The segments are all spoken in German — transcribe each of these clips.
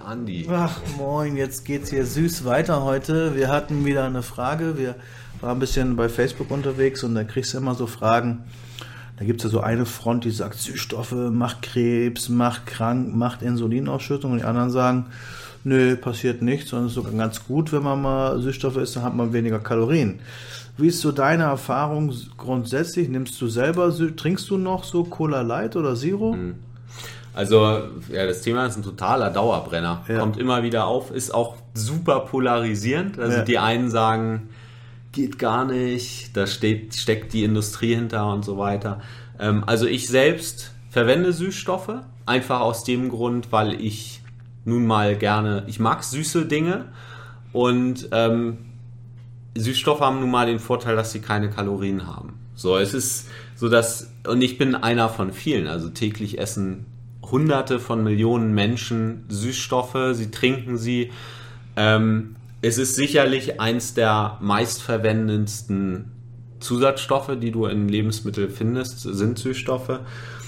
Andi. Ach, moin, jetzt geht's hier süß weiter heute. Wir hatten wieder eine Frage. Wir waren ein bisschen bei Facebook unterwegs und da kriegst du immer so Fragen. Da gibt's ja so eine Front, die sagt, Süßstoffe macht Krebs, macht krank, macht Insulinausschüttung. Und die anderen sagen, nö, passiert nichts, sondern es ist sogar ganz gut, wenn man mal Süßstoffe isst, dann hat man weniger Kalorien. Wie ist so deine Erfahrung grundsätzlich? Trinkst du noch so Cola Light oder Zero? Also, ja, das Thema ist ein totaler Dauerbrenner. Ja. Kommt immer wieder auf, ist auch super polarisierend. Also die einen sagen, geht gar nicht, da steckt die Industrie hinter und so weiter. Also ich selbst verwende Süßstoffe, einfach aus dem Grund, weil ich nun mal ich mag süße Dinge und Süßstoffe haben nun mal den Vorteil, dass sie keine Kalorien haben. So, es ist so, und ich bin einer von vielen, also täglich essen Hunderte von Millionen Menschen Süßstoffe, sie trinken sie. Es ist sicherlich eins der meistverwendendsten Zusatzstoffe, die du in Lebensmitteln findest, sind Süßstoffe.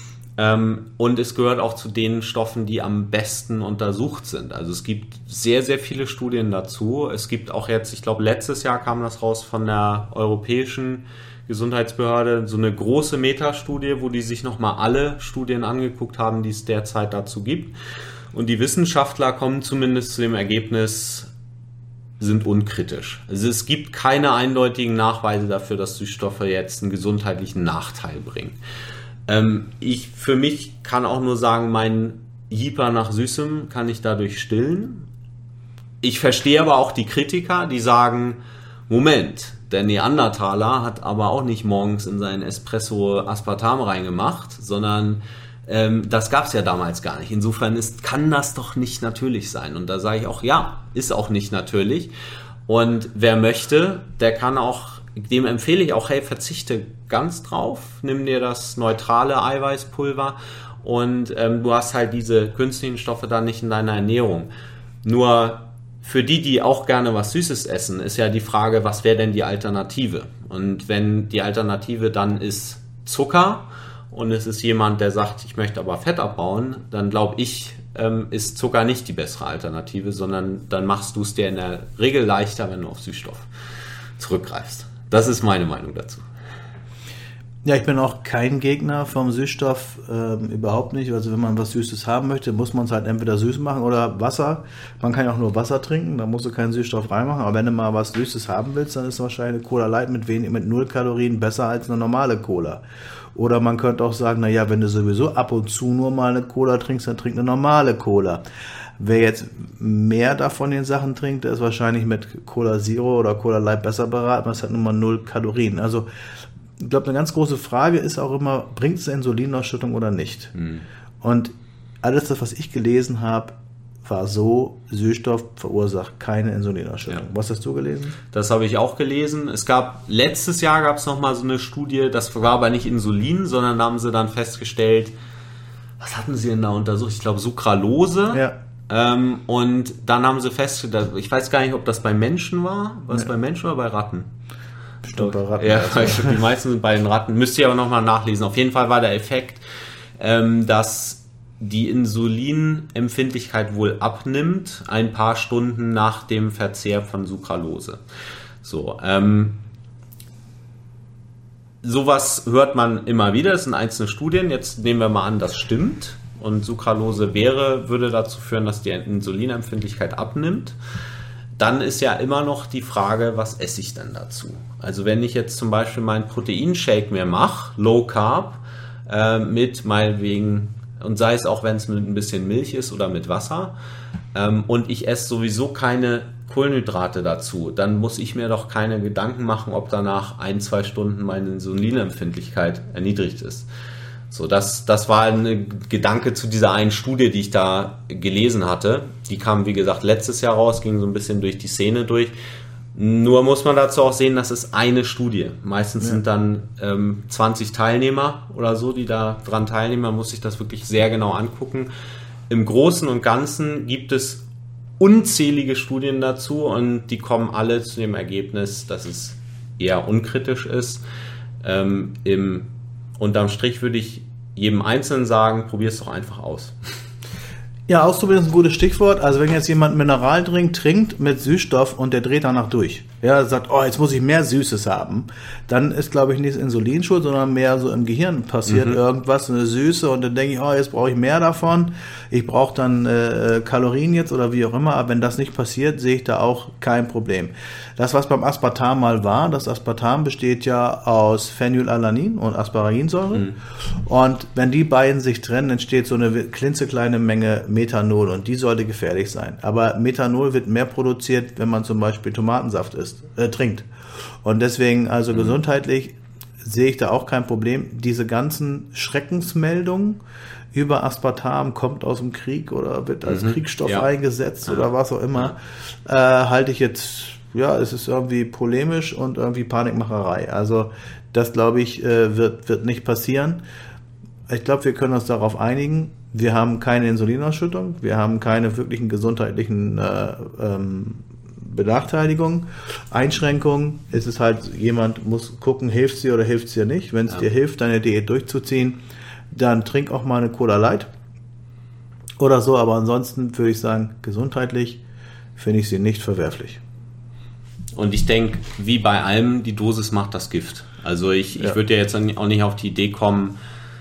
Und es gehört auch zu den Stoffen, die am besten untersucht sind. Also es gibt sehr, sehr viele Studien dazu. Es gibt auch jetzt, ich glaube letztes Jahr kam das raus von der Europäischen Gesundheitsbehörde, so eine große Metastudie, wo die sich nochmal alle Studien angeguckt haben, die es derzeit dazu gibt. Und die Wissenschaftler kommen zumindest zu dem Ergebnis, sind unkritisch. Also es gibt keine eindeutigen Nachweise dafür, dass Süßstoffe jetzt einen gesundheitlichen Nachteil bringen. Ich für mich kann auch nur sagen, mein Hyper nach Süßem kann ich dadurch stillen. Ich verstehe aber auch die Kritiker, die sagen, Moment, der Neandertaler hat aber auch nicht morgens in seinen Espresso Aspartam reingemacht, sondern das gab es ja damals gar nicht. Insofern kann das doch nicht natürlich sein. Und da sage ich auch, ja, ist auch nicht natürlich. Und wer möchte, der kann auch, dem empfehle ich auch, hey, verzichte ganz drauf, nimm dir das neutrale Eiweißpulver und du hast halt diese künstlichen Stoffe dann nicht in deiner Ernährung. Nur für die auch gerne was Süßes essen, ist ja die Frage, was wäre denn die Alternative? Und wenn die Alternative dann ist Zucker und es ist jemand, der sagt, ich möchte aber Fett abbauen, dann glaube ich, ist Zucker nicht die bessere Alternative, sondern dann machst du es dir in der Regel leichter, wenn du auf Süßstoff zurückgreifst. Das ist meine Meinung dazu. Ja, ich bin auch kein Gegner vom Süßstoff, überhaupt nicht. Also wenn man was Süßes haben möchte, muss man es halt entweder süß machen oder Wasser. Man kann ja auch nur Wasser trinken, da musst du keinen Süßstoff reinmachen. Aber wenn du mal was Süßes haben willst, dann ist wahrscheinlich eine Cola Light mit 0 Kalorien besser als eine normale Cola. Oder man könnte auch sagen, naja, wenn du sowieso ab und zu nur mal eine Cola trinkst, dann trink eine normale Cola. Wer jetzt mehr davon den Sachen trinkt, der ist wahrscheinlich mit Cola Zero oder Cola Light besser beraten. Das hat nun mal 0 Kalorien. Also ich glaube, eine ganz große Frage ist auch immer, bringt es eine Insulinausschüttung oder nicht? Und alles das, was ich gelesen habe, war so, Süßstoff verursacht keine Insulinausschüttung. Ja. Was hast du gelesen? Das habe ich auch gelesen. Letztes Jahr gab es nochmal so eine Studie, das war aber nicht Insulin, sondern da haben sie dann festgestellt, was hatten sie denn da untersucht? Ich glaube Sucralose. Ja. Und dann haben sie festgestellt, ich weiß gar nicht, ob das bei Menschen war. War es bei Menschen oder bei Ratten? Bestimmt bei Ratten. Ja, die meisten sind bei den Ratten. Müsst ihr aber nochmal nachlesen. Auf jeden Fall war der Effekt, dass die Insulinempfindlichkeit wohl abnimmt, ein paar Stunden nach dem Verzehr von Sucralose. So, sowas hört man immer wieder. Das sind einzelne Studien. Jetzt nehmen wir mal an, das stimmt. Und Sucralose würde dazu führen, dass die Insulinempfindlichkeit abnimmt. Dann ist ja immer noch die Frage, was esse ich denn dazu? Also wenn ich jetzt zum Beispiel meinen Proteinshake mir mache, Low Carb, mit meinetwegen, und sei es auch, wenn es mit ein bisschen Milch ist oder mit Wasser, und ich esse sowieso keine Kohlenhydrate dazu, dann muss ich mir doch keine Gedanken machen, ob danach 1-2 Stunden meine Insulinempfindlichkeit erniedrigt ist. So, das war ein Gedanke zu dieser einen Studie, die ich da gelesen hatte. Die kam, wie gesagt, letztes Jahr raus, ging so ein bisschen durch die Szene durch. Nur muss man dazu auch sehen, das ist eine Studie. Meistens sind dann 20 Teilnehmer oder so, die da dran teilnehmen. Man muss sich das wirklich sehr genau angucken. Im Großen und Ganzen gibt es unzählige Studien dazu und die kommen alle zu dem Ergebnis, dass es eher unkritisch ist. Unterm Strich würde ich jedem Einzelnen sagen, probier es doch einfach aus. Ja, ausprobieren ist ein gutes Stichwort. Also wenn jetzt jemand Mineraldrink trinkt mit Süßstoff und der dreht danach durch, ja, sagt, oh, jetzt muss ich mehr Süßes haben, dann ist, glaube ich, nicht das Insulin schuld, sondern mehr so im Gehirn passiert irgendwas, eine Süße, und dann denke ich, oh, jetzt brauche ich mehr davon, ich brauche dann Kalorien jetzt oder wie auch immer, aber wenn das nicht passiert, sehe ich da auch kein Problem. Das, was beim Aspartam mal war, das Aspartam besteht ja aus Phenylalanin und Asparaginsäure, und wenn die beiden sich trennen, entsteht so eine klitzekleine Menge Methanol, und die sollte gefährlich sein. Aber Methanol wird mehr produziert, wenn man zum Beispiel Tomatensaft trinkt. Und deswegen, also gesundheitlich, sehe ich da auch kein Problem. Diese ganzen Schreckensmeldungen über Aspartam, kommt aus dem Krieg oder wird als Kriegsstoff eingesetzt oder was auch immer, halte ich jetzt, ja, es ist irgendwie polemisch und irgendwie Panikmacherei. Also das, glaube ich, wird nicht passieren. Ich glaube, wir können uns darauf einigen. Wir haben keine Insulinausschüttung, wir haben keine wirklichen gesundheitlichen Benachteiligungen, Einschränkungen. Es ist halt, jemand muss gucken, hilft es dir oder hilft es dir nicht. Wenn es dir hilft, deine Diät durchzuziehen, dann trink auch mal eine Cola Light oder so. Aber ansonsten würde ich sagen, gesundheitlich finde ich sie nicht verwerflich. Und ich denke, wie bei allem, die Dosis macht das Gift. Also ich würde ja jetzt auch nicht auf die Idee kommen,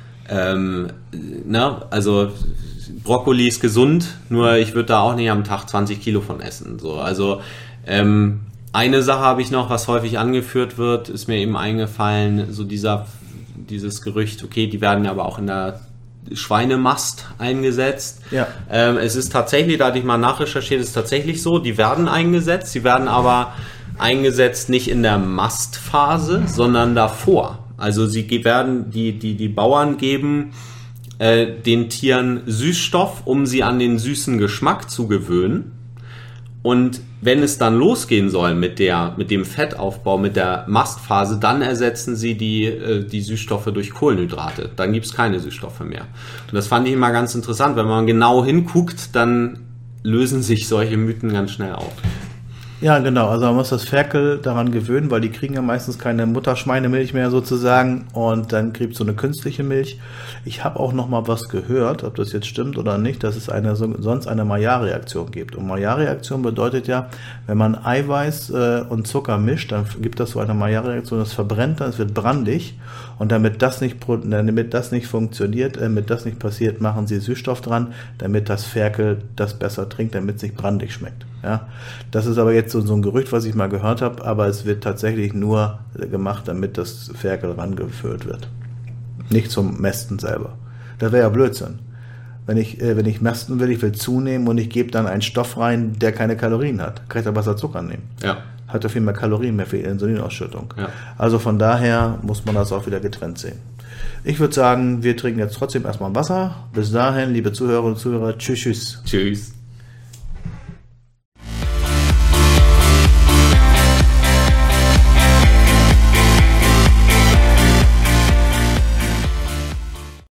also Brokkoli ist gesund, nur ich würde da auch nicht am Tag 20 Kilo von essen. So, also eine Sache habe ich noch, was häufig angeführt wird, ist mir eben eingefallen, so dieses Gerücht, okay, die werden aber auch in der Schweinemast eingesetzt. Ja. Es ist tatsächlich, da hatte ich mal nachrecherchiert, ist tatsächlich so, die werden eingesetzt, sie werden aber eingesetzt nicht in der Mastphase, sondern davor. Also die Bauern geben den Tieren Süßstoff, um sie an den süßen Geschmack zu gewöhnen. Und wenn es dann losgehen soll mit dem Fettaufbau, mit der Mastphase, dann ersetzen sie die Süßstoffe durch Kohlenhydrate. Dann gibt es keine Süßstoffe mehr. Und das fand ich immer ganz interessant. Wenn man genau hinguckt, dann lösen sich solche Mythen ganz schnell auf. Ja, genau. Also man muss das Ferkel daran gewöhnen, weil die kriegen ja meistens keine Mutterschweinemilch mehr sozusagen, und dann kriegt so eine künstliche Milch. Ich habe auch noch mal was gehört, ob das jetzt stimmt oder nicht, dass es sonst eine Maillard-Reaktion gibt. Und Maillard-Reaktion bedeutet ja, wenn man Eiweiß und Zucker mischt, dann gibt das so eine Maillard-Reaktion, das verbrennt dann, es wird brandig, und damit das nicht funktioniert, damit das nicht passiert, machen sie Süßstoff dran, damit das Ferkel das besser trinkt, damit es nicht brandig schmeckt. Ja, das ist aber jetzt so ein Gerücht, was ich mal gehört habe, aber es wird tatsächlich nur gemacht, damit das Ferkel rangeführt wird. Nicht zum Mästen selber. Das wäre ja Blödsinn. Wenn ich mästen will, ich will zunehmen und ich gebe dann einen Stoff rein, der keine Kalorien hat, kann ich da besser Zucker nehmen. Ja. Hat ja viel mehr Kalorien, mehr viel Insulinausschüttung. Ja. Also von daher muss man das auch wieder getrennt sehen. Ich würde sagen, wir trinken jetzt trotzdem erstmal Wasser. Bis dahin, liebe Zuhörerinnen und Zuhörer, tschüss. Tschüss.